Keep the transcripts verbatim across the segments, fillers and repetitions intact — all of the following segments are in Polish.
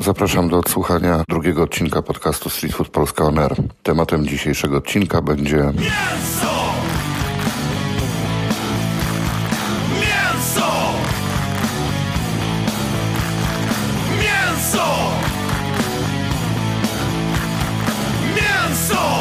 Zapraszam do odsłuchania drugiego odcinka podcastu Street Food Polska On Air. Tematem dzisiejszego odcinka będzie mięso! Mięso! Mięso! Mięso!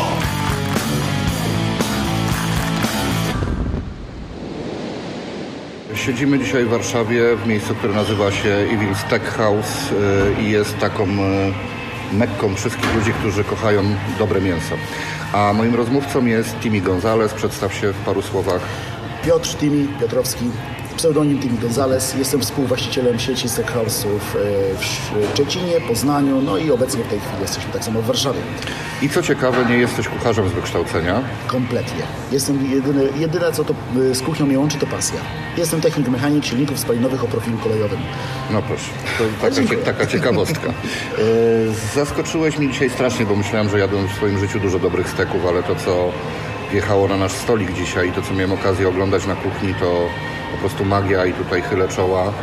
Siedzimy dzisiaj w Warszawie w miejscu, które nazywa się Evil Steakhouse i jest taką mekką wszystkich ludzi, którzy kochają dobre mięso. A moim rozmówcą jest Timmy Gonzalez. Przedstaw się w paru słowach. Piotr Timmy Piotrowski, pseudonim Timmy Gonzalez. Jestem współwłaścicielem sieci steakhouse'ów w Szczecinie, Poznaniu, no i obecnie w tej chwili jesteśmy tak samo w Warszawie. I co ciekawe, nie jesteś kucharzem z wykształcenia? Kompletnie. Jestem jedyny, jedyne, co to z kuchnią mnie łączy, to pasja. Jestem technik mechanik silników spalinowych o profilu kolejowym. No proszę, to taka, cie, taka ciekawostka. Zaskoczyłeś mnie dzisiaj strasznie, bo myślałem, że jadłem w swoim życiu dużo dobrych steków, ale to, co wjechało na nasz stolik dzisiaj i to, co miałem okazję oglądać na kuchni, to po prostu magia i tutaj chylę czoła.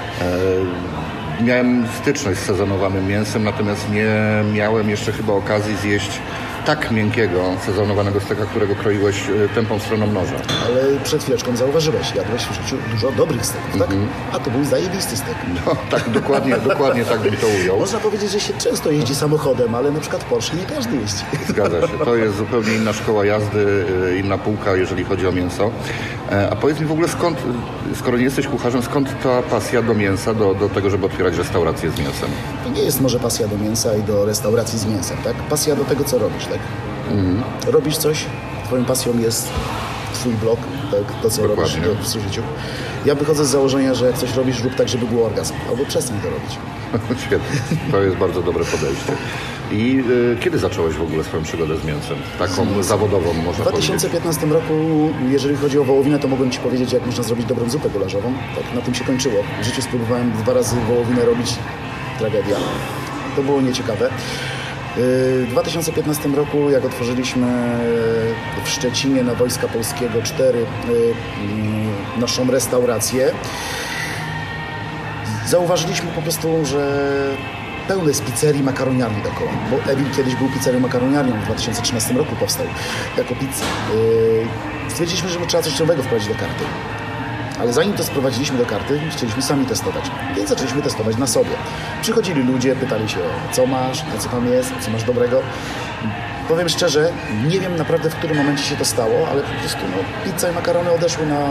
Miałem styczność z sezonowanym mięsem, natomiast nie miałem jeszcze chyba okazji zjeść tak miękkiego, sezonowanego steka, którego kroiłeś tępą stroną noża. Ale przed chwileczką zauważyłeś, jadłeś w życiu dużo dobrych steków, tak? Mm-hmm. A to był zajebisty stek. No tak, dokładnie, dokładnie tak bym to ujął. Można powiedzieć, że się często jeździ samochodem, ale na przykład Porsche nie każdy jeździ. Zgadza się. To jest zupełnie inna szkoła jazdy, inna półka, jeżeli chodzi o mięso. A powiedz mi w ogóle skąd, skoro nie jesteś kucharzem, skąd ta pasja do mięsa, do, do tego, żeby otwierać restaurację z mięsem? To nie jest może pasja do mięsa i do restauracji z mięsem, tak? Pasja do tego, co robisz, tak? Mm. Robisz coś, twoją pasją jest twój blog, tak? To, co Dokładnie. robisz w życiu. Ja wychodzę z założenia, że jak coś robisz, rób tak, żeby był orgazm. Albo przestań to robić. Świetnie. To jest bardzo dobre podejście. I y, kiedy zacząłeś w ogóle swoją przygodę z mięsem? Taką z zawodową, można powiedzieć. W dwa tysiące piętnastym roku, jeżeli chodzi o wołowinę, to mogłem Ci powiedzieć, jak można zrobić dobrą zupę gularzową. Tak, na tym się kończyło. W życiu spróbowałem dwa razy wołowinę robić. Tragedia. To było nieciekawe. W dwa tysiące piętnastym roku, jak otworzyliśmy w Szczecinie na Wojska Polskiego cztery naszą restaurację, zauważyliśmy po prostu, że pełne jest pizzerii, makaroniarni dookoła, bo Evil kiedyś był pizzerią makaroniarnią, w dwa tysiące trzynastym roku powstał jako pizza. Stwierdziliśmy, że trzeba coś nowego wprowadzić do karty. Ale zanim to sprowadziliśmy do karty, chcieliśmy sami testować, więc zaczęliśmy testować na sobie. Przychodzili ludzie, pytali się, co masz, co tam jest, co masz dobrego. Powiem szczerze, nie wiem naprawdę, w którym momencie się to stało, ale po prostu no, pizza i makarony odeszły na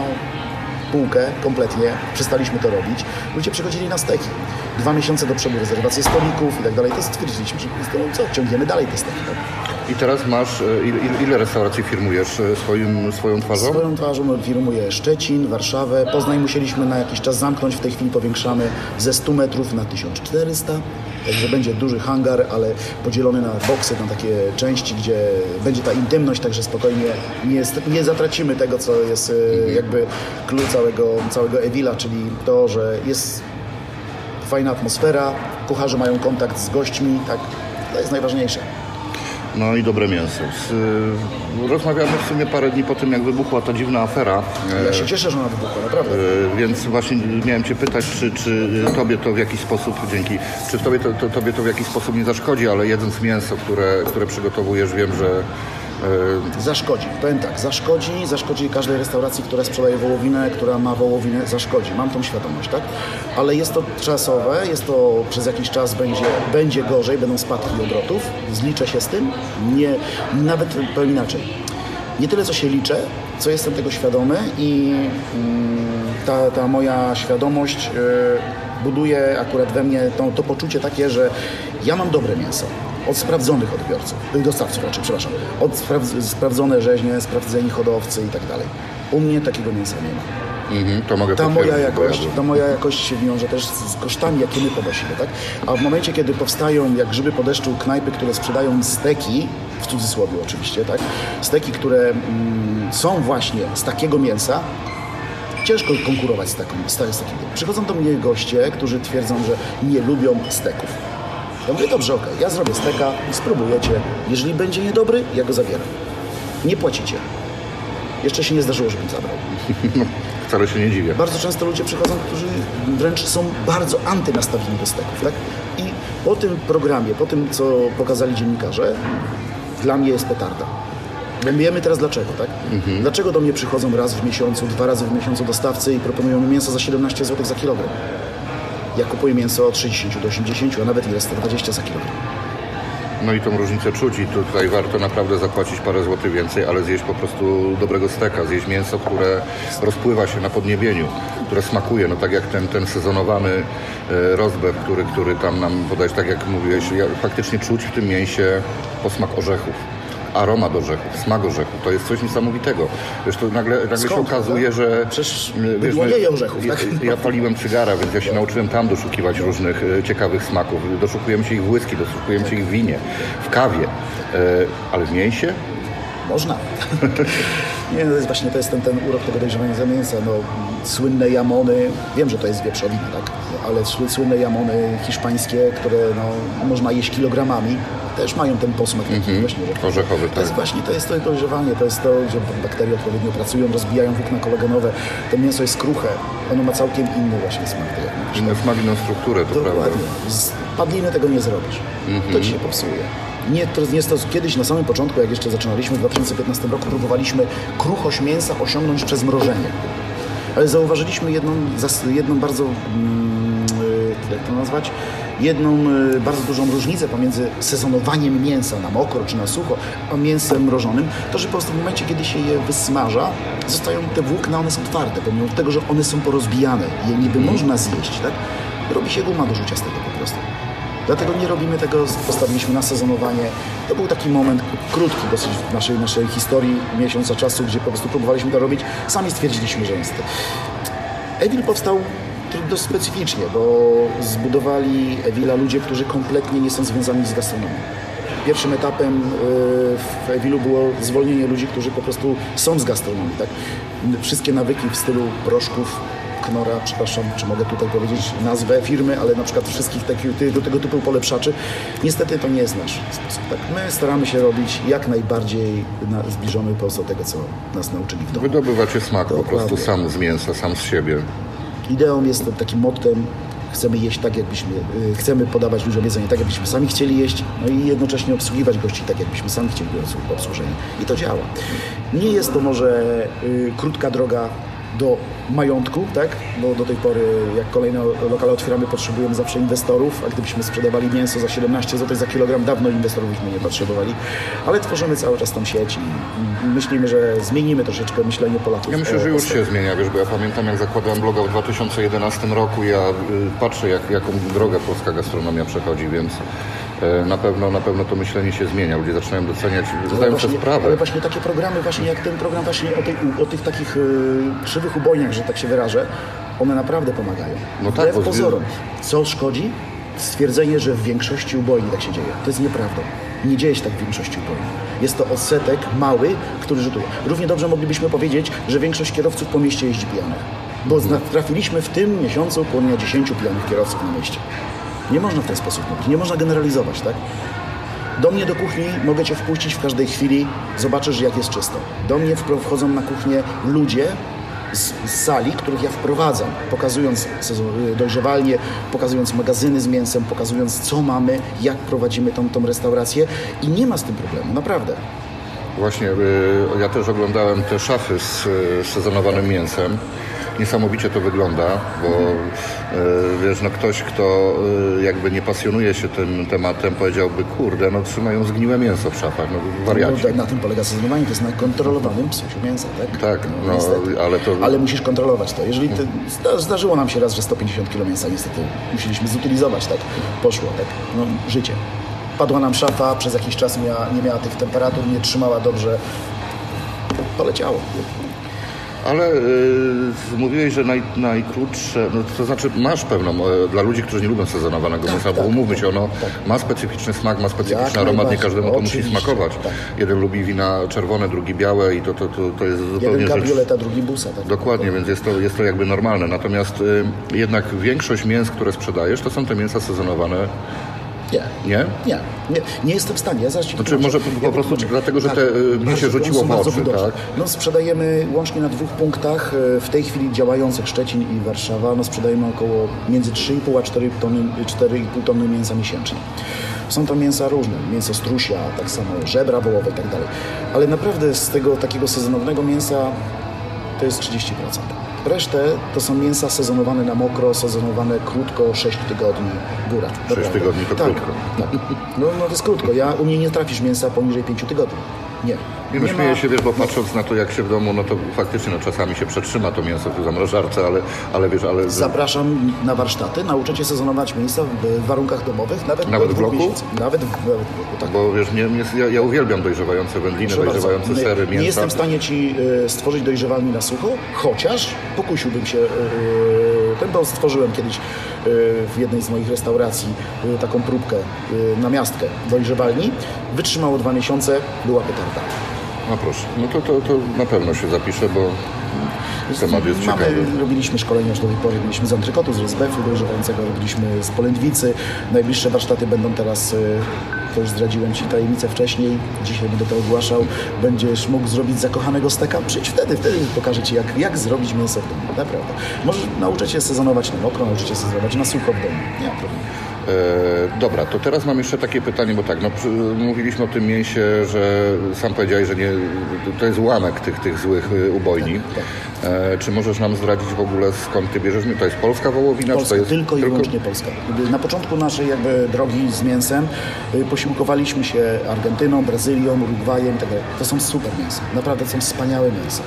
półkę kompletnie, przestaliśmy to robić. Ludzie przychodzili na steki. Dwa miesiące do przodu rezerwacje stolików i tak dalej. To stwierdziliśmy, że co, ciągniemy dalej te steki. Tak? I teraz masz, ile, ile restauracji firmujesz swoim, swoją twarzą? Swoją twarzą firmuję Szczecin, Warszawę, Poznań musieliśmy na jakiś czas zamknąć, w tej chwili powiększamy ze stu metrów na tysiąc czterysta, także będzie duży hangar, ale podzielony na boksy, na takie części, gdzie będzie ta intymność, także spokojnie nie, nie zatracimy tego, co jest mhm. jakby klucz całego, całego Evila, czyli to, że jest fajna atmosfera, kucharze mają kontakt z gośćmi, tak, to jest najważniejsze. No i dobre mięso. Rozmawiamy w sumie parę dni po tym, jak wybuchła ta dziwna afera. Ja się cieszę, że ona wybuchła, naprawdę. Więc właśnie miałem Cię pytać, czy, czy Tobie to w jakiś sposób, dzięki, czy w tobie to, to, Tobie to w jakiś sposób nie zaszkodzi, ale jedząc mięso, które, które przygotowujesz, wiem, że... Zaszkodzi, powiem tak, zaszkodzi, zaszkodzi każdej restauracji, która sprzedaje wołowinę, która ma wołowinę, zaszkodzi, mam tą świadomość, tak? Ale jest to czasowe, jest to przez jakiś czas będzie, będzie gorzej, będą spadki obrotów, zliczę się z tym, nie, nawet powiem inaczej, nie tyle co się liczę, co jestem tego świadomy i mm, ta, ta moja świadomość yy, buduje akurat we mnie to, to poczucie takie, że ja mam dobre mięso. Od sprawdzonych odbiorców, dostawców raczej, przepraszam, od spra- sprawdzone rzeźnie, sprawdzeni hodowcy i tak dalej. U mnie takiego mięsa nie ma. Mm-hmm, to mogę ta moja jakość, ta moja jakość się wiąże też z kosztami, jakie my ponosimy, tak? A w momencie, kiedy powstają jak grzyby po deszczu knajpy, które sprzedają steki, w cudzysłowie oczywiście, tak? Steki, które mm, są właśnie z takiego mięsa, ciężko konkurować z, taką, z takim. Przychodzą do mnie goście, którzy twierdzą, że nie lubią steków. Ja mówię, dobrze, okej, okay, ja zrobię steka, spróbujecie. Jeżeli będzie niedobry, ja go zabieram. Nie płacicie. Jeszcze się nie zdarzyło, żebym zabrał. No, wcale się nie dziwię. Bardzo często ludzie przychodzą, którzy wręcz są bardzo antynastawieni do steków, tak? I Po tym programie, po tym, co pokazali dziennikarze, dla mnie jest petarda. Wiemy teraz dlaczego, tak? Mhm. Dlaczego do mnie przychodzą raz w miesiącu, dwa razy w miesiącu dostawcy i proponują mi mięso za siedemnaście złotych za kilogram. Ja kupuję mięso od sześćdziesiąt do osiemdziesięciu, a nawet ile sto dwadzieścia za kilogram. No i tą różnicę czuć i tutaj warto naprawdę zapłacić parę złotych więcej, ale zjeść po prostu dobrego steka, zjeść mięso, które rozpływa się na podniebieniu, które smakuje, no tak jak ten, ten sezonowany e, rozbew, który, który tam nam podajesz, tak jak mówiłeś, ja, faktycznie czuć w tym mięsie posmak orzechów. Aromat orzechów, smak orzechów, to jest coś niesamowitego. Wiesz, to nagle, nagle się okazuje, tak? że... Przecież wiesz, było jej orzechów, tak? Ja, ja paliłem cygara, więc ja się nauczyłem tam doszukiwać różnych e, ciekawych smaków. Doszukujemy się ich w whisky, doszukujemy się ich w winie, w kawie, e, ale w mięsie? Można. Nie, to jest właśnie to jest ten, ten urok tego dojrzewania za mięsa. No, słynne jamony, wiem, że to jest wieprzowina, tak? Ale słynne jamony hiszpańskie, które no, można jeść kilogramami, też mają ten posmak taki mm-hmm. właśnie orzechowy. To jest tak. właśnie to jest to dojrzewanie, to jest to, że bakterie odpowiednio pracują, rozbijają włókna kolagenowe. To mięso jest kruche, ono ma całkiem inny właśnie smak. Tak? Inny smak, inną strukturę, to Dokładnie. prawda. Z padliny tego nie zrobisz. Mm-hmm. To ci się popsuje. Nie, to jest to kiedyś na samym początku, jak jeszcze zaczynaliśmy w dwa tysiące piętnastym roku, próbowaliśmy kruchość mięsa osiągnąć przez mrożenie. Ale zauważyliśmy jedną, jedną bardzo, jak to nazwać, jedną bardzo dużą różnicę pomiędzy sezonowaniem mięsa na mokro czy na sucho, a mięsem mrożonym. To, że po prostu w momencie, kiedy się je wysmaża, zostają te włókna, one są twarde, pomimo tego, że one są porozbijane. Je niby mm. można zjeść, tak? Robi się guma do rzucia z tego po prostu. Dlatego nie robimy tego, postawiliśmy na sezonowanie. To był taki moment krótki dosyć w naszej, naszej historii, miesiąca czasu, gdzie po prostu próbowaliśmy to robić. Sami stwierdziliśmy, że jest to. Evil powstał dość specyficznie, bo zbudowali Evila ludzie, którzy kompletnie nie są związani z gastronomią. Pierwszym etapem w Evilu było zwolnienie ludzi, którzy po prostu są z gastronomii. Tak? Wszystkie nawyki w stylu proszków, Knora, przepraszam, czy mogę tutaj powiedzieć nazwę firmy, ale na przykład wszystkich takich, do tego typu polepszaczy. Niestety to nie jest nasz sposób. Tak? My staramy się robić jak najbardziej na, zbliżony po prostu do tego, co nas nauczyli w domu. Wydobywacie smak Dokładnie. po prostu sam z mięsa, sam z siebie. Ideą jest takim mottem, chcemy jeść tak, jakbyśmy, yy, chcemy podawać ludziom jedzenie tak, jakbyśmy sami chcieli jeść, no i jednocześnie obsługiwać gości tak, jakbyśmy sami chcieli być obsłużeni. I to działa. Nie jest to może yy, krótka droga do majątku, tak? Bo do tej pory, jak kolejne lokale otwieramy, potrzebujemy zawsze inwestorów, a gdybyśmy sprzedawali mięso za siedemnaście złotych za kilogram, dawno inwestorów byśmy nie potrzebowali. Ale tworzymy cały czas tą sieć i myślimy, że zmienimy troszeczkę myślenie Polaków. Ja myślę, że już się zmienia, wiesz, bo ja pamiętam, jak zakładałem bloga w dwa tysiące jedenastym roku, ja y, patrzę, jak, jaką drogę polska gastronomia przechodzi, więc y, na pewno, na pewno to myślenie się zmienia. Ludzie zaczynają doceniać, zdają sobie sprawę. Ale właśnie takie programy, właśnie jak ten program właśnie o, tej, o tych takich y, krzywych ubojniach, że tak się wyrażę, one naprawdę pomagają. No tak, Wbrew pozorom. Co szkodzi? Stwierdzenie, że w większości ubojni tak się dzieje. To jest nieprawdą. Nie dzieje się tak w większości ubojni. Jest to odsetek mały, który rzutuje. Równie dobrze moglibyśmy powiedzieć, że większość kierowców po mieście jeździ pijanych. Bo trafiliśmy w tym miesiącu ponad dziesięciu pijanych kierowców na mieście. Nie można w ten sposób mówić. Nie można generalizować, tak? Do mnie do kuchni mogę Cię wpuścić w każdej chwili, zobaczysz, jak jest czysto. Do mnie wchodzą na kuchnię ludzie z, z sali, których ja wprowadzam, pokazując dojrzewalnie, pokazując magazyny z mięsem, pokazując, co mamy, jak prowadzimy tą, tą restaurację i nie ma z tym problemu, naprawdę. Właśnie, y, ja też oglądałem te szafy z, z sezonowanym mięsem. Niesamowicie to wygląda, bo y, wiesz, no ktoś, kto y, jakby nie pasjonuje się tym tematem, powiedziałby, kurde, no trzymają zgniłe mięso w szafach, no wariaci. No, na tym polega sezonowanie, to jest na kontrolowanym psuciu mięsa, tak? Tak, no, no ale to... Ale musisz kontrolować to. Jeżeli ty, zdarzyło nam się raz, że sto pięćdziesiąt kilo mięsa niestety musieliśmy zutylizować, tak? Poszło, tak? No, życie. Padła nam szafa, przez jakiś czas miała, nie miała tych temperatur, nie trzymała dobrze. Poleciało. Ale y, mówiłeś, że naj, najkrótsze, no, to znaczy masz pewną, y, dla ludzi, którzy nie lubią sezonowanego mięsa, tak, bo umówmy tak, się, ono tak. ma specyficzny smak, ma specyficzny Jak aromat, nie najbardziej. każdemu to musi Oczywiście, smakować. tak. Jeden lubi wina czerwone, drugi białe i to, to, to, to jest zupełnie Jeden rzecz... kabrioleta, drugi busa. Tak? Dokładnie, więc jest to, jest to jakby normalne. Natomiast y, jednak większość mięs, które sprzedajesz, to są te mięsa sezonowane Nie. Nie? Nie. Nie, nie jestem w stanie. Ja zaraz ci Znaczy może po, po prostu dlatego, że tak, te, y, mnie się rzuciło w oczy, tak? No sprzedajemy łącznie na dwóch punktach, y, w tej chwili działających Szczecin i Warszawa, no sprzedajemy około między trzy i pół a cztery tony, cztery i pół tony mięsa miesięcznie. Są to mięsa różne, mięso strusia, tak samo żebra wołowe i tak dalej. Ale naprawdę z tego takiego sezonowego mięsa to jest trzydzieści procent. Resztę to są mięsa sezonowane na mokro, sezonowane krótko, sześć tygodni góra. sześć tygodni to tak, krótko. Tak. No, no to jest krótko. Ja, u mnie nie trafisz mięsa poniżej pięciu tygodni. Nie. Nie no, Nie śmieję ma... się, wiesz, bo patrząc na to, jak się w domu, no to faktycznie no, czasami się przetrzyma to mięso w zamrażarce, ale, ale wiesz, ale... Zapraszam na warsztaty, nauczę Cię sezonować mięsa w warunkach domowych, nawet, Nawet w dwóch bloku? miesięcy. Nawet w, nawet w bloku, tak. Bo wiesz, mnie, mnie, ja, ja uwielbiam dojrzewające wędliny, Proszę dojrzewające bardzo. sery, nie, mięsa. nie jestem w stanie Ci y, stworzyć dojrzewalni na sucho, chociaż pokusiłbym się, y, ten, bo stworzyłem kiedyś y, w jednej z moich restauracji y, taką próbkę, y, namiastkę dojrzewalni. Wytrzymało dwa miesiące, była petarda. No proszę, no to, to, to na pewno się zapiszę, bo temat jest Mamy, ciekawy. robiliśmy szkolenia już do tej pory, mieliśmy z antrykotu, z rozbefu dojrzewającego, robiliśmy z polędwicy. Najbliższe warsztaty będą teraz, y, to już zdradziłem Ci tajemnicę wcześniej, dzisiaj będę to ogłaszał, będziesz mógł zrobić zakochanego steka, przyjdź wtedy, wtedy pokażę Ci jak, jak zrobić mięso w domu, naprawdę. Możesz nauczyć się sezonować na mokro, nauczyć się sezonować na sucho w domu, nie ma problemu. E, dobra, to teraz mam jeszcze takie pytanie, bo tak, no, przy, mówiliśmy o tym mięsie, że sam powiedziałeś, że nie, to jest ułamek tych, tych złych y, ubojni. Tak, tak. E, czy możesz nam zdradzić w ogóle, skąd Ty bierzesz? To jest polska wołowina? Polska, czy to jest tylko i wyłącznie Polska. Na początku naszej jakby drogi z mięsem y, posiłkowaliśmy się Argentyną, Brazylią, Urugwajem i tak dalej. To są super mięsa. Naprawdę są wspaniałe mięsa.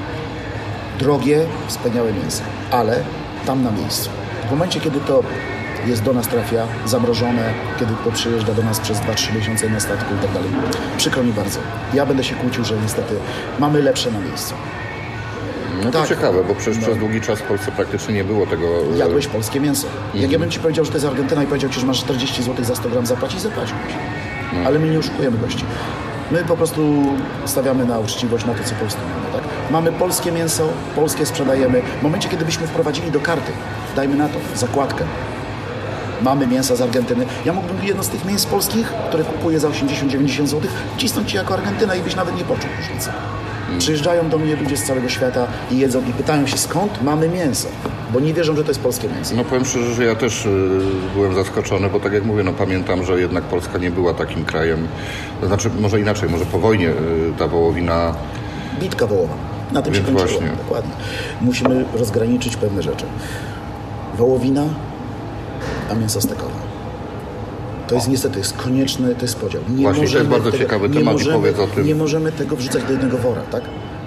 Drogie, wspaniałe mięsa. Ale tam na miejscu. W momencie, kiedy to jest do nas trafia, zamrożone, kiedy to przyjeżdża do nas przez dwa trzy miesiące na statku i tak dalej. Przykro mi bardzo. Ja będę się kłócił, że niestety mamy lepsze na miejscu. No to tak. ciekawe, bo przecież No. przez długi czas w Polsce praktycznie nie było tego... e, Jadłeś polskie mięso. Jak ja bym Ci powiedział, że to jest Argentyna i powiedział Ci, że masz czterdzieści złotych za sto gram zapłacić, zapłaciłbyś. Ale my nie oszukujemy gości. My po prostu stawiamy na uczciwość, na to, co Polskę mamy. Tak? Mamy polskie mięso, polskie sprzedajemy. W momencie, kiedy byśmy wprowadzili do karty, dajmy na to, zakładkę, mamy mięsa z Argentyny. Ja mógłbym jedno z tych mięs polskich, które kupuję za osiemdziesiąt dziewięćdziesiąt złotych, wcisnąć Ci jako Argentyna i byś nawet nie poczuł różnicy. Przyjeżdżają do mnie ludzie z całego świata i jedzą i pytają się, skąd mamy mięso, bo nie wierzą, że to jest polskie mięso. No powiem szczerze, że ja też y, byłem zaskoczony, bo tak jak mówię, no pamiętam, że jednak Polska nie była takim krajem, to znaczy może inaczej, może po wojnie y, ta wołowina... Bitka wołowa. Na tym Więc się kończyło. właśnie. Dokładnie. Musimy rozgraniczyć pewne rzeczy. Wołowina, a mięso stekowe. To jest niestety jest konieczny, to jest podział. Nie Właśnie, to jest możemy bardzo tego, ciekawy nie temat i możemy, powiedz o tym. Nie możemy tego wrzucać do jednego wora, tak?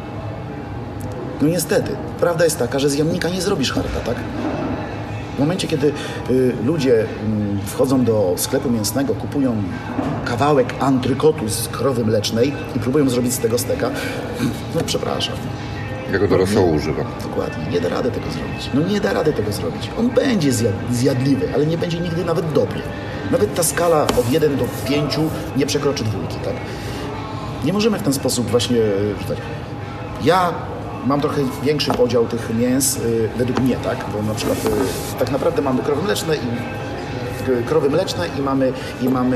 No niestety. Prawda jest taka, że z jamnika nie zrobisz harta, tak? W momencie, kiedy y, ludzie y, wchodzą do sklepu mięsnego, kupują kawałek antrykotu z krowy mlecznej i próbują zrobić z tego steka, no przepraszam. Ja go do rosołu używam. Dokładnie. Nie da rady tego zrobić. No nie da rady tego zrobić. On będzie zjad zjadliwy, ale nie będzie nigdy nawet dobry. Nawet ta skala od jeden do pięciu nie przekroczy dwójki, tak? Nie możemy w ten sposób właśnie rzucać. Ja mam trochę większy podział tych mięs y, według mnie, tak? Bo na przykład y, tak naprawdę mamy krowy mleczne i y, krowy mleczne i mamy i mamy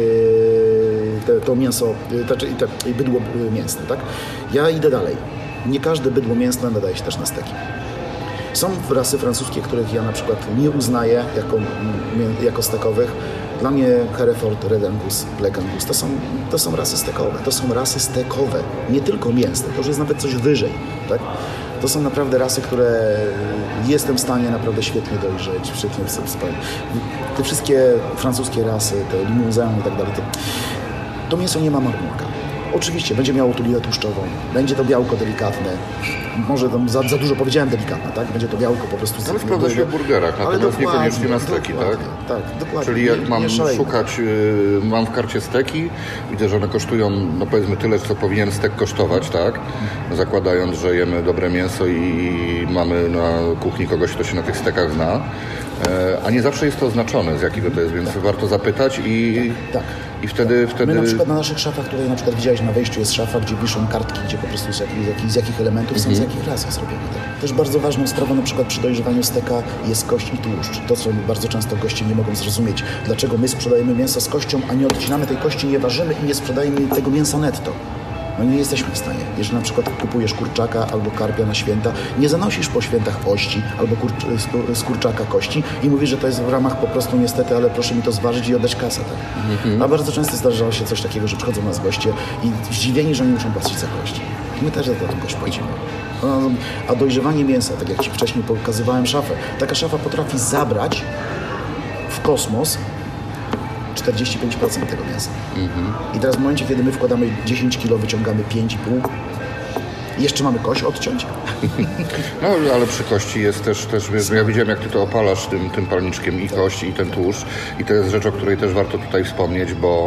y, te, to mięso, y, te, te, te bydło y, mięsne, tak? Ja idę dalej. Nie każde bydło mięsne nadaje się też na steki. Są rasy francuskie, których ja na przykład nie uznaję jako, jako stekowych. Dla mnie Hereford, Red Angus, Black Angus to są, to są rasy stekowe. To są rasy stekowe, nie tylko mięsne. To już jest nawet coś wyżej. Tak? To są naprawdę rasy, które jestem w stanie naprawdę świetnie dojrzeć, świetnie wspaniale. Te wszystkie francuskie rasy, te limousin i tak dalej, to, to mięso nie ma marmurka. Oczywiście będzie miało tulinę tłuszczową, będzie to białko delikatne, może tam za, za dużo powiedziałem delikatne, tak? Będzie to białko po prostu... Ale sprawdza się w burgerach, natomiast niekoniecznie na steki, tak? Tak, dokładnie. Czyli jak nie, mam nie szukać, y, mam w karcie steki, widzę, że one kosztują, no powiedzmy tyle, co powinien stek kosztować, tak? Zakładając, że jemy dobre mięso i mamy na kuchni kogoś, kto się na tych stekach zna. A nie zawsze jest to oznaczone, z jakiego to jest, więc tak. Warto zapytać i, tak. i wtedy, wtedy... My na przykład na naszych szafach, tutaj na przykład widziałeś na wejściu jest szafa, gdzie wiszą kartki, gdzie po prostu z jakich, z jakich elementów są jakich ras jest robione. Tak? Też bardzo ważną sprawą na przykład przy dojrzewaniu steka jest kość i tłuszcz. To, co bardzo często goście nie mogą zrozumieć. Dlaczego my sprzedajemy mięso z kością, a nie odcinamy tej kości, nie ważymy i nie sprzedajemy tego mięsa netto. No nie jesteśmy w stanie. Jeżeli na przykład kupujesz kurczaka albo karpia na święta, nie zanosisz po świętach ości albo kurcz, z kurczaka kości i mówisz, że to jest w ramach po prostu niestety, ale proszę mi to zważyć i oddać kasę. Tak? Mhm. A bardzo często zdarzało się coś takiego, że przychodzą nas goście i zdziwieni, że oni muszą płacić za kość. My też za tą kość płacimy. A dojrzewanie mięsa, tak jak Ci wcześniej pokazywałem szafę, taka szafa potrafi zabrać w kosmos czterdzieści pięć procent tego mięsa. Mm-hmm. I teraz w momencie, kiedy my wkładamy dziesięć kilo, wyciągamy pięć i pół, jeszcze mamy kość odciąć. No, ale przy kości jest też, też ja widziałem, jak Ty to opalasz tym, tym palniczkiem i kość, i ten tłuszcz. I to jest rzecz, o której też warto tutaj wspomnieć, bo...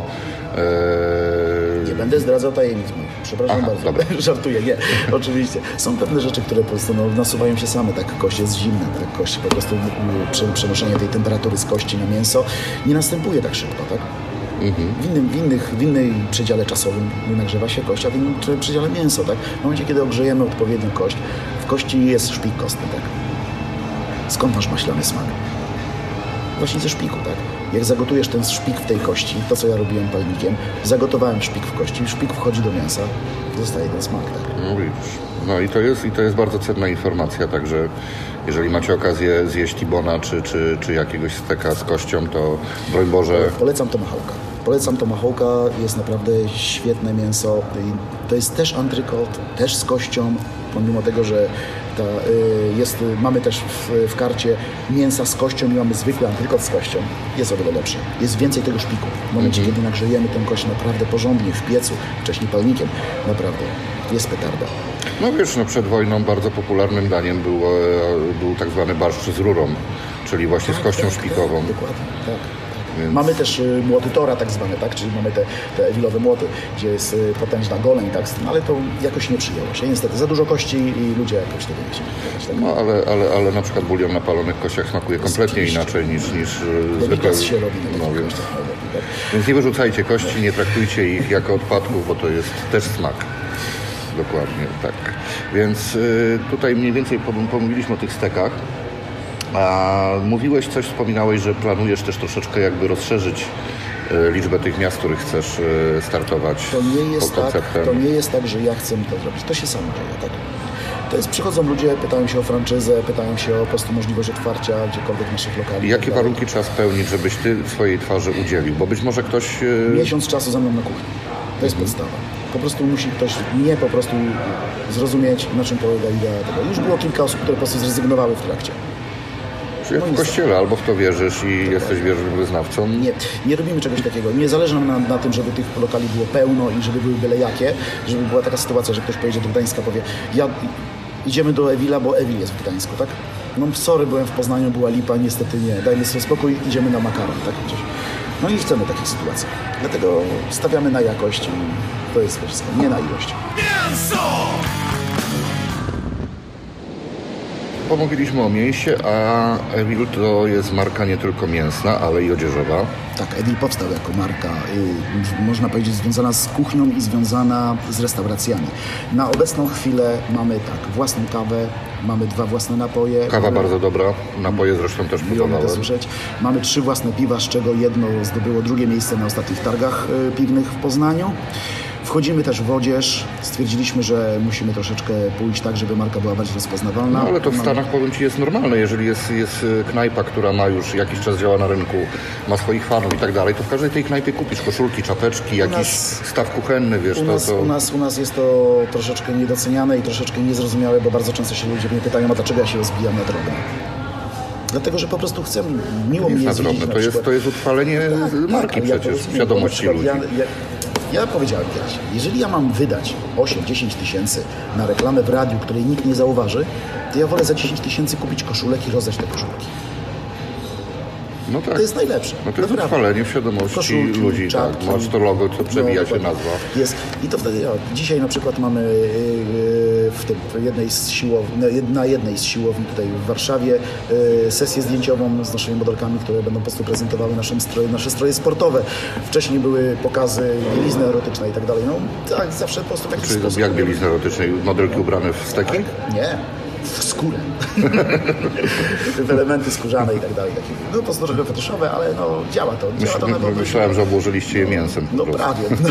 Ee... Nie będę zdradzał tajemnic. Przepraszam Aha, bardzo. dobra. Żartuję, nie. Oczywiście. Są pewne rzeczy, które po prostu no, nasuwają się same. Tak, kość jest zimna. Tak, kość po prostu przenoszenie tej temperatury z kości na mięso nie następuje tak szybko, tak? Mhm. W, innym, w, innych, w innym przedziale czasowym nagrzewa się kość, a w innym przedziale mięso, tak? W momencie, kiedy ogrzejemy odpowiednio kość, w kości jest szpik kostny, tak? Skąd masz maślany smak? Właśnie ze szpiku, tak? Jak zagotujesz ten szpik w tej kości, to co ja robiłem palnikiem, zagotowałem szpik w kości, szpik wchodzi do mięsa, zostaje ten smak, tak? No widzisz. No i to jest, i to jest bardzo cenna informacja, także jeżeli macie okazję zjeść tibona czy, czy, czy jakiegoś steka z kością, to broń Boże... Polecam tomahawka. Polecam tomahawka, jest naprawdę świetne mięso. To jest też antrykot, też z kością, pomimo tego, że ta, jest, mamy też w, w karcie mięsa z kością i mamy zwykły antrykot z kością. Jest o wiele lepszy. Jest więcej tego szpiku. W momencie, mm-hmm. kiedy nagrzejemy tę kość naprawdę porządnie w piecu, wcześniej palnikiem, naprawdę jest petarda. No wiesz, no przed wojną bardzo popularnym daniem był, był tak zwany barszcz z rurą, czyli właśnie tak, z kością tak, szpikową. Tak, dokładnie, tak. Więc... Mamy też y, młoty tora tak zwane, tak? Czyli mamy te, te ewilowe młoty, gdzie jest y, potężna goleń, tak? Ale to jakoś nie przyjęło się. Niestety za dużo kości i ludzie jakoś tego nie chcieli. Tak? No ale, ale, ale na przykład bulion na palonych kościach smakuje kompletnie inaczej niż, niż zwykle. się robi na no, takich więc, kościach. Tak? Więc nie wyrzucajcie kości, nie traktujcie ich jako odpadków, bo to jest też smak. Dokładnie, tak. Więc y, tutaj mniej więcej pomówiliśmy o tych stekach. A mówiłeś coś, wspominałeś, że planujesz też troszeczkę jakby rozszerzyć y, liczbę tych miast, w których chcesz y, startować to nie jest pod konceptem. Tak, to nie jest tak, że ja chcę to zrobić. To się samo dzieje, tak? To jest, przychodzą ludzie, pytają się o franczyzę, pytają się o po prostu możliwość otwarcia gdziekolwiek naszych lokali. I jakie warunki trzeba spełnić, żebyś Ty swojej twarzy udzielił? Bo być może ktoś... Y... Miesiąc czasu ze mną na kuchni. To jest podstawa. Po prostu musi ktoś mnie po prostu zrozumieć, na czym polega idea tego. Już było kilka osób, które po prostu zrezygnowały w trakcie. Czyli no w kościele albo w to wierzysz i to jesteś wiernym wyznawcą? Nie, nie robimy czegoś takiego. Nie zależy nam na, na tym, żeby tych lokali było pełno i żeby były byle jakie, żeby była taka sytuacja, że ktoś pojedzie do Gdańska, powie ja, idziemy do Ewila, bo Ewil jest w Gdańsku, tak? No sorry, byłem w Poznaniu, była lipa, niestety nie. Dajmy sobie spokój, idziemy na makaron, tak? Gdzieś. No i chcemy takich sytuacji. Dlatego stawiamy na jakość i to jest wszystko, nie na ilość. Pomówiliśmy o mięsie, a Ewil to jest marka nie tylko mięsna, ale i odzieżowa. Tak, Ewil powstał jako marka, yy, można powiedzieć, związana z kuchnią i związana z restauracjami. Na obecną chwilę mamy tak, własną kawę, mamy dwa własne napoje. Kawa mamy... bardzo dobra, napoje zresztą też próbowałem. Mamy trzy własne piwa, z czego jedno zdobyło drugie miejsce na ostatnich targach yy, piwnych w Poznaniu. Wchodzimy też w odzież. Stwierdziliśmy, że musimy troszeczkę pójść tak, żeby marka była bardziej rozpoznawalna. No ale to w Stanach, powiem Ci, jest normalne. Jeżeli jest, jest knajpa, która ma już jakiś czas działa na rynku, ma swoich fanów i tak dalej, to w każdej tej knajpie kupisz koszulki, czapeczki, jakiś nas, staw kuchenny, wiesz. U nas, to, to... U, nas, u nas jest to troszeczkę niedoceniane i troszeczkę niezrozumiałe, bo bardzo często się ludzie mnie pytają, a dlaczego ja się rozbijam na drogę. Dlatego, że po prostu chcę, miło mi jest widzieć. To jest, to jest utrwalenie tak, marki tak, przecież, ja świadomości ludzi. Ja, ja, Ja powiedziałem kiedyś, jeżeli ja mam wydać osiem dziesięć tysięcy na reklamę w radiu, której nikt nie zauważy, to ja wolę za dziesięć tysięcy kupić koszulek i rozdać te koszulki. No tak. To jest najlepsze. No to jest Naprawdę. utrwalenie w świadomości Koszulki, ludzi. czapki. Tak. Masz to logo, co przewija No, się nazwa. Jest. I to wtedy, ja, dzisiaj na przykład mamy yy, w, tym, w jednej z siłowni, na jednej z siłowni tutaj w Warszawie yy, sesję zdjęciową z naszymi modelkami, które będą po prostu prezentowały nasze stroje, nasze stroje sportowe. Wcześniej były pokazy bielizny erotycznej i tak dalej. No tak, zawsze po prostu w taki Czyli sposób. jak bielizny erotycznej? Modelki ubrane w steki? Nie. W skórę. W elementy skórzane i tak dalej. Takie, no po prostu trochę fetyszowe, ale no działa to. Działa to Myśl, naprawdę. myślałem, że obłożyliście je mięsem. po No prostu. prawie. No.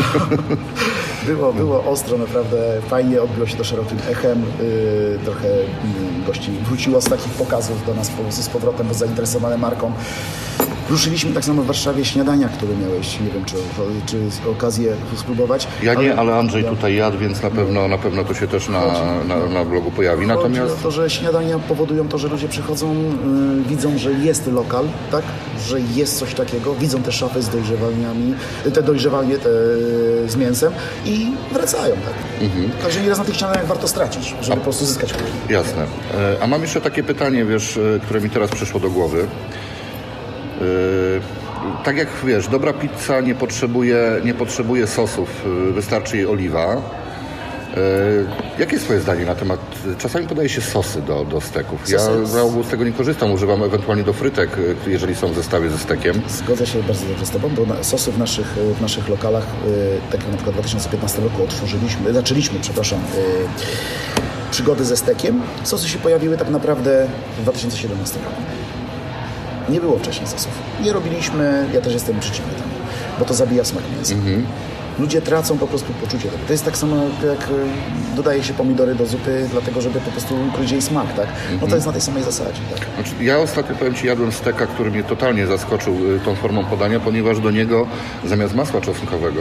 Było, było ostro, naprawdę fajnie, odbiło się to szerokim echem. Yy, trochę yy, gości wróciło z takich pokazów do nas po prostu z powrotem, bo zainteresowane marką. Ruszyliśmy tak samo w Warszawie śniadania, które miałeś, nie wiem, czy, czy okazję spróbować. Ja nie, ale Andrzej tutaj jadł, więc na pewno, na pewno to się też na, na, na blogu pojawi. Chodzi Natomiast o to, że śniadania powodują to, że ludzie przychodzą, yy, widzą, że jest lokal, tak? Że jest coś takiego, widzą te szafy z dojrzewalniami, te dojrzewanie te z mięsem i wracają, tak? Mhm. Także nieraz na tych śniadaniach warto stracić, żeby po prostu zyskać później. jasne. E, A mam jeszcze takie pytanie, wiesz, e, które mi teraz przyszło do głowy. Yy, tak jak wiesz, dobra pizza nie potrzebuje, nie potrzebuje sosów, yy, wystarczy jej oliwa. Yy, jakie jest twoje zdanie na temat, czasami podaje się sosy do, do steków. Ja Sosy- za ogół z tego nie korzystam, używam ewentualnie do frytek, yy, jeżeli są w zestawie ze stekiem. Zgodzę się bardzo dobrze z Tobą, bo na- sosy w naszych, w naszych lokalach, yy, tak jak na przykład w dwa tysiące piętnastym roku otworzyliśmy, zaczęliśmy, przepraszam, yy, przygody ze stekiem. Sosy się pojawiły tak naprawdę w dwa tysiące siedemnastym roku. Nie było wcześniej sosów. Nie robiliśmy, ja też jestem przeciwny temu, bo to zabija smak mięsa. Mhm. Ludzie tracą po prostu poczucie tego. To jest tak samo jak y, dodaje się pomidory do zupy, dlatego żeby po prostu ukryć jej smak, tak? No to jest na tej samej zasadzie, tak? Znaczy, ja ostatnio, powiem Ci, jadłem steka, który mnie totalnie zaskoczył yy, tą formą podania, ponieważ do niego zamiast masła czosnkowego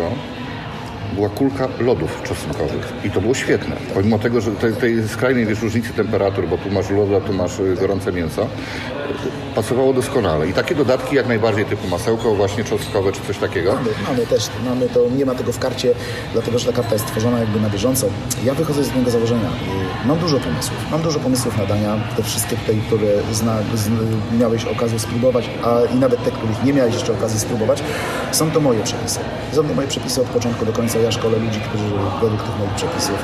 była kulka lodów czosnkowych. I to było świetne. Pomimo tego, że tej, tej skrajnej wiesz, różnicy temperatur, bo tu masz loda, tu masz y, gorące mięso, y, pasowało doskonale. I takie dodatki jak najbardziej typu masełko właśnie czosnkowe czy coś takiego. Mamy, mamy też, mamy to, nie ma tego w karcie, dlatego że ta karta jest tworzona jakby na bieżąco. Ja wychodzę z jednego założenia. Y, Mam dużo pomysłów. Mam dużo pomysłów na dania. Te wszystkie tutaj, które zna, z, miałeś okazję spróbować, a i nawet te, których nie miałeś jeszcze okazji spróbować, są to moje przepisy. Są to moje przepisy od początku do końca. Ja szkolę ludzi, którzy według tych moich przepisów.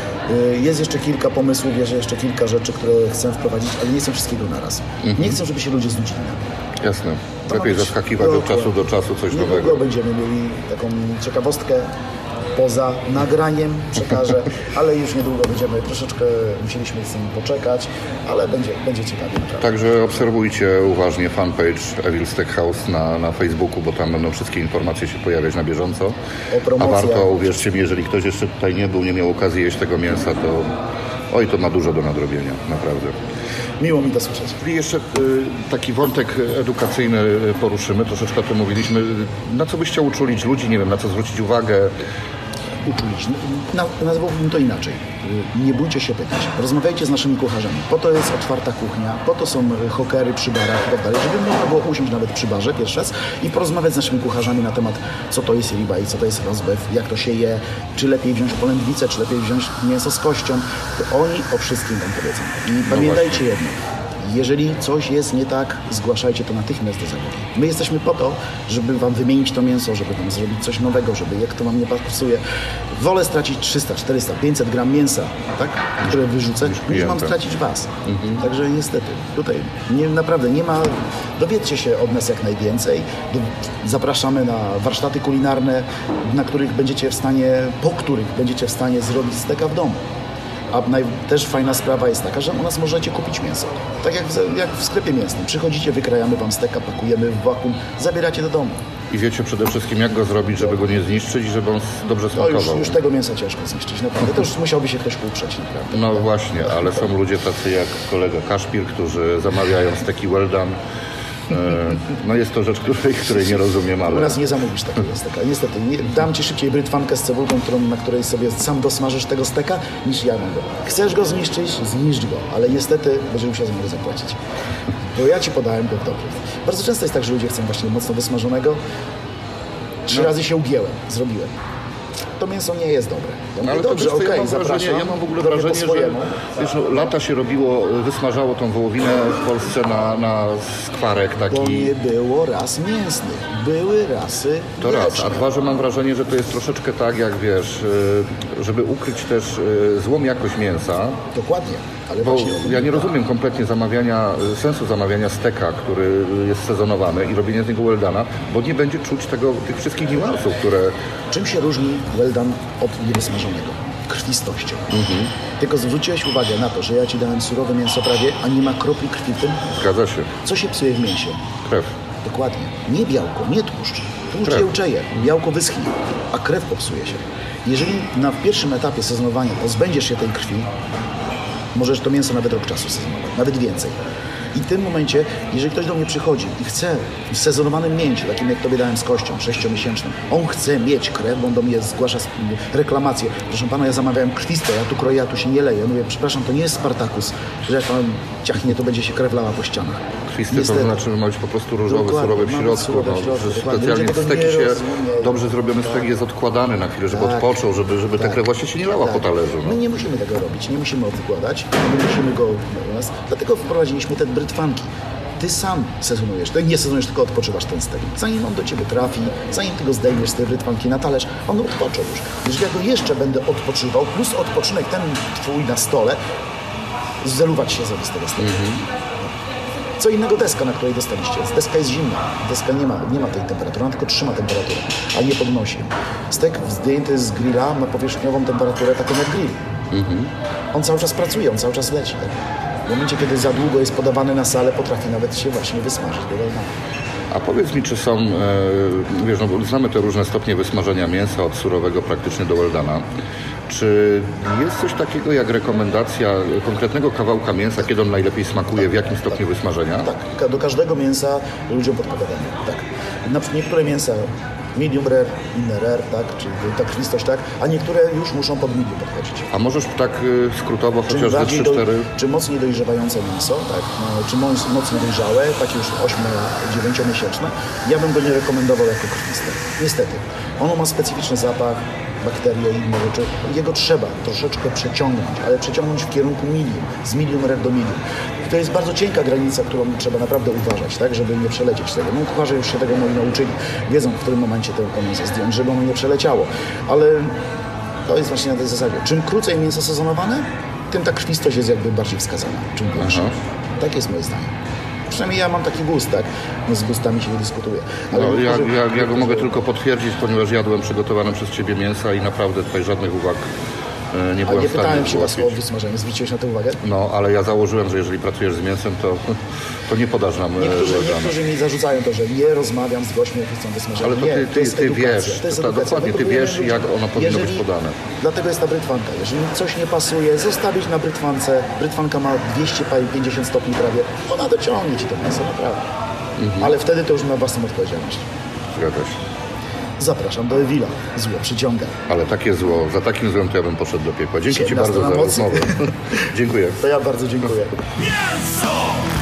Y, Jest jeszcze kilka pomysłów, jest jeszcze kilka rzeczy, które chcę wprowadzić, ale nie chcę wszystkiego naraz. Nie chcę, żeby się ludzie znudzili. Jasne. To ma Lepiej być- zaskakiwać od Dokładnie. czasu do czasu coś Niedługo nowego. będziemy mieli taką ciekawostkę poza nagraniem, przekażę, ale już niedługo będziemy, troszeczkę musieliśmy z tym poczekać, ale będzie, będzie ciekawie naprawdę. Także obserwujcie uważnie fanpage Evil Steakhouse na, na Facebooku, bo tam będą wszystkie informacje się pojawiać na bieżąco. O A promocjach. warto, uwierzcie mi, jeżeli ktoś jeszcze tutaj nie był, nie miał okazji jeść tego mięsa, to oj, to ma dużo do nadrobienia, naprawdę. Miło mi to słyszeć. I jeszcze y, taki wątek edukacyjny y, poruszymy, troszeczkę o tym mówiliśmy. Na co byś chciał uczulić ludzi, nie wiem, na co zwrócić uwagę? Uczulić. Na, nazwałbym to inaczej. Nie bójcie się pytać. Rozmawiajcie z naszymi kucharzami. Po to jest otwarta kuchnia, po to są hokery przy barach i tak dalej, żeby można było usiąść nawet przy barze pierwszy raz i porozmawiać z naszymi kucharzami na temat, co to jest ribeye, co to jest rozbew, jak to się je, czy lepiej wziąć polędwicę, czy lepiej wziąć mięso z kością. To oni o wszystkim wam powiedzą. I pamiętajcie jedno. Jeżeli coś jest nie tak, zgłaszajcie to natychmiast do zawodu. My jesteśmy po to, żeby wam wymienić to mięso, żeby wam zrobić coś nowego, żeby jak to wam nie pasuje. Wolę stracić trzysta, czterysta, pięćset gram mięsa, tak, które wyrzucę, niż mam klienta. stracić was. Także niestety, tutaj nie, naprawdę nie ma... Dowiedzcie się od nas jak najwięcej. Do, zapraszamy na warsztaty kulinarne, na których będziecie w stanie, po których będziecie w stanie zrobić steka w domu. A naj, też fajna sprawa jest taka, że u nas możecie kupić mięso. Tak jak w, jak w sklepie mięsnym. Przychodzicie, wykrajamy wam steka, pakujemy w wakuum, zabieracie do domu. I wiecie przede wszystkim, jak go zrobić, żeby go nie zniszczyć i żeby on dobrze No smakował. już, już tego mięsa ciężko zniszczyć, naprawdę. To już musiałby się ktoś uprzeć, naprawdę. No właśnie, ale są ludzie tacy jak kolega Kaszpir, którzy zamawiają steki well done. E, No jest to rzecz, której, której nie rozumiem, U ale nas nie zamówisz takiego steka. Niestety, nie, dam ci szybciej brytwankę z cebulką, którą, na której sobie sam dosmażysz tego steka, niż ja mam go. Chcesz go zniszczyć? Zniszcz go, ale niestety będziesz musiał za niego zapłacić. Bo ja ci podałem go w dobry. Bardzo często jest tak, że ludzie chcą właśnie mocno wysmażonego. Trzy No. razy się ugięłem, zrobiłem. to mięso nie jest dobre. Ja No, mówię, ale to dobrze, wiesz co, okej, ja, mam wrażenie, zapraszam. ja mam w ogóle robię po wrażenie, że swojemu. wiesz, no, lata się robiło, wysmażało tą wołowinę w Polsce na, na skwarek taki. Bo nie było ras mięsnych, były rasy To raz, mleczne. a dwa, że mam wrażenie, że to jest troszeczkę tak, jak wiesz, y, żeby ukryć też y, złą jakość mięsa, Dokładnie, ale bo właśnie... o tym ja nie mówię. rozumiem kompletnie zamawiania, sensu zamawiania steka, który jest sezonowany i robienia z niego well-dana, bo nie będzie czuć tego, tych wszystkich niuansów, które... Czym się różni well done od niewysmażonego? Krwistością. Mhm. Tylko zwróciłeś uwagę na to, że ja ci dałem surowe mięso prawie, a nie ma kropli krwi w tym. Zgadza się. Co się psuje w mięsie? Krew. Dokładnie. Nie białko, nie tłuszcz. Tłuszcz Krew. je uczeje, białko wyschnie, a krew popsuje się. Jeżeli na pierwszym etapie sezonowania pozbędziesz się tej krwi, możesz to mięso nawet rok czasu sezonować, nawet więcej. I w tym momencie, jeżeli ktoś do mnie przychodzi i chce w sezonowanym mięciu, takim jak tobie dałem z kością, sześciomiesięcznym, on chce mieć krew, bo on do mnie zgłasza reklamację. Proszę pana, ja zamawiałem krwiste, ja tu kroję, ja tu się nie leję. Ja mówię, przepraszam, to nie jest Spartacus, że jak pan ciachnie, to będzie się krew lała po ścianach. Krwisty to znaczy, że ma być po prostu różowy, Dokładnie, surowy w ma być środku. surowy w No, środku, że dokładnie. specjalnie Ludzie tego steki nie się, rozumieją. dobrze zrobiony stek jest odkładany na chwilę, żeby Tak. odpoczął, żeby, żeby ta Tak. krew właśnie się nie lała Tak. po talerzu. No. My nie musimy tego robić, nie musimy odkładać, my musimy go u nas. Dlatego wprowadziliśmy te brytwanki. Ty sam sezonujesz, ty nie sezonujesz, tylko odpoczywasz ten stek. Zanim on do ciebie trafi, zanim ty go zdejmiesz z tej brytwanki na talerz, on odpoczął już. Jeżeli ja go jeszcze będę odpoczywał, plus odpoczynek ten twój na stole, zeluwać się zrobi z tego steku. Co innego deska, na której dostaliście. Deska jest zimna. Deska nie ma, nie ma tej temperatury, ona tylko trzyma temperaturę, a nie podnosi. Stek zdjęty z grilla ma powierzchniową temperaturę taką jak grill. On cały czas pracuje, on cały czas leci. Tak? W momencie, kiedy za długo jest podawany na salę, potrafi nawet się właśnie wysmażyć. Do well done. A powiedz mi, czy są, e, wiesz, no bo znamy te różne stopnie wysmażenia mięsa, od surowego praktycznie do well-dana. Czy jest coś takiego jak rekomendacja konkretnego kawałka mięsa, kiedy on najlepiej smakuje, w jakim stopniu wysmażenia? Tak, ka- do każdego mięsa ludziom podpowiadamy. Tak. Na przykład niektóre mięsa medium rare, inne rare, tak, czyli ta krwistość, tak, a niektóre już muszą pod medium podchodzić. A możesz tak y, skrótowo, Czym, chociaż ze bardziej trzy do, cztery... czym mocniej dojrzewające mięso, tak, no, czym moc- mocno dojrzałe, takie już osiem-dziewięciomiesięczne, ja bym go nie rekomendował jako krwiste. Niestety. Ono ma specyficzny zapach, bakterie i inne rzeczy. Jego trzeba troszeczkę przeciągnąć, ale przeciągnąć w kierunku medium, z medium rare do medium. I to jest bardzo cienka granica, którą trzeba naprawdę uważać, tak, żeby nie przelecieć tego. No kucharze już się tego moi nauczyli, wiedzą, w którym momencie to mięso zdjąć, żeby ono nie przeleciało. Ale to jest właśnie na tej zasadzie. Czym krócej mięso sezonowane, tym ta krwistość jest jakby bardziej wskazana. Czym większa. Aha. Tak jest moje zdanie. Przynajmniej ja mam taki gust, tak? No z gustami się nie dyskutuje. No, ja, niektórzy- ja, ja go niektórzy- mogę tylko potwierdzić, ponieważ jadłem przygotowane przez Ciebie mięsa i naprawdę tutaj żadnych uwag e, nie A byłem nie w stanie pytałem się was o złapić. wysmażenie, zwróciłeś na to uwagę? No, ale ja założyłem, że jeżeli pracujesz z mięsem, to, to nie podasz nam e, Niektórzy, well-dana. niektórzy mi zarzucają to, że nie rozmawiam z gośćmi, jak chcą wysmażenie. Ale to nie, ty- to ty- jest ty edukacja. wiesz, to jest to tak, edukacja. dokładnie, ty Wychowujemy wiesz, ludzi. jak ono powinno być Jeżeli- podane. Dlatego jest ta brytwanka. Jeżeli coś nie pasuje, zostawić na brytwance. Brytwanka ma dwieście pięćdziesiąt stopni prawie. Ona dociągnie ci to mięso, naprawdę. Mhm. Ale wtedy to już na własną odpowiedzialność. Zgadza się. Zapraszam do Ewila. Zło przyciąga. Ale takie zło, za takim złem to ja bym poszedł do piekła. Dzięki Ci Siedemnasta bardzo na za mocy. rozmowę. Dziękuję. To ja bardzo dziękuję. Mięso!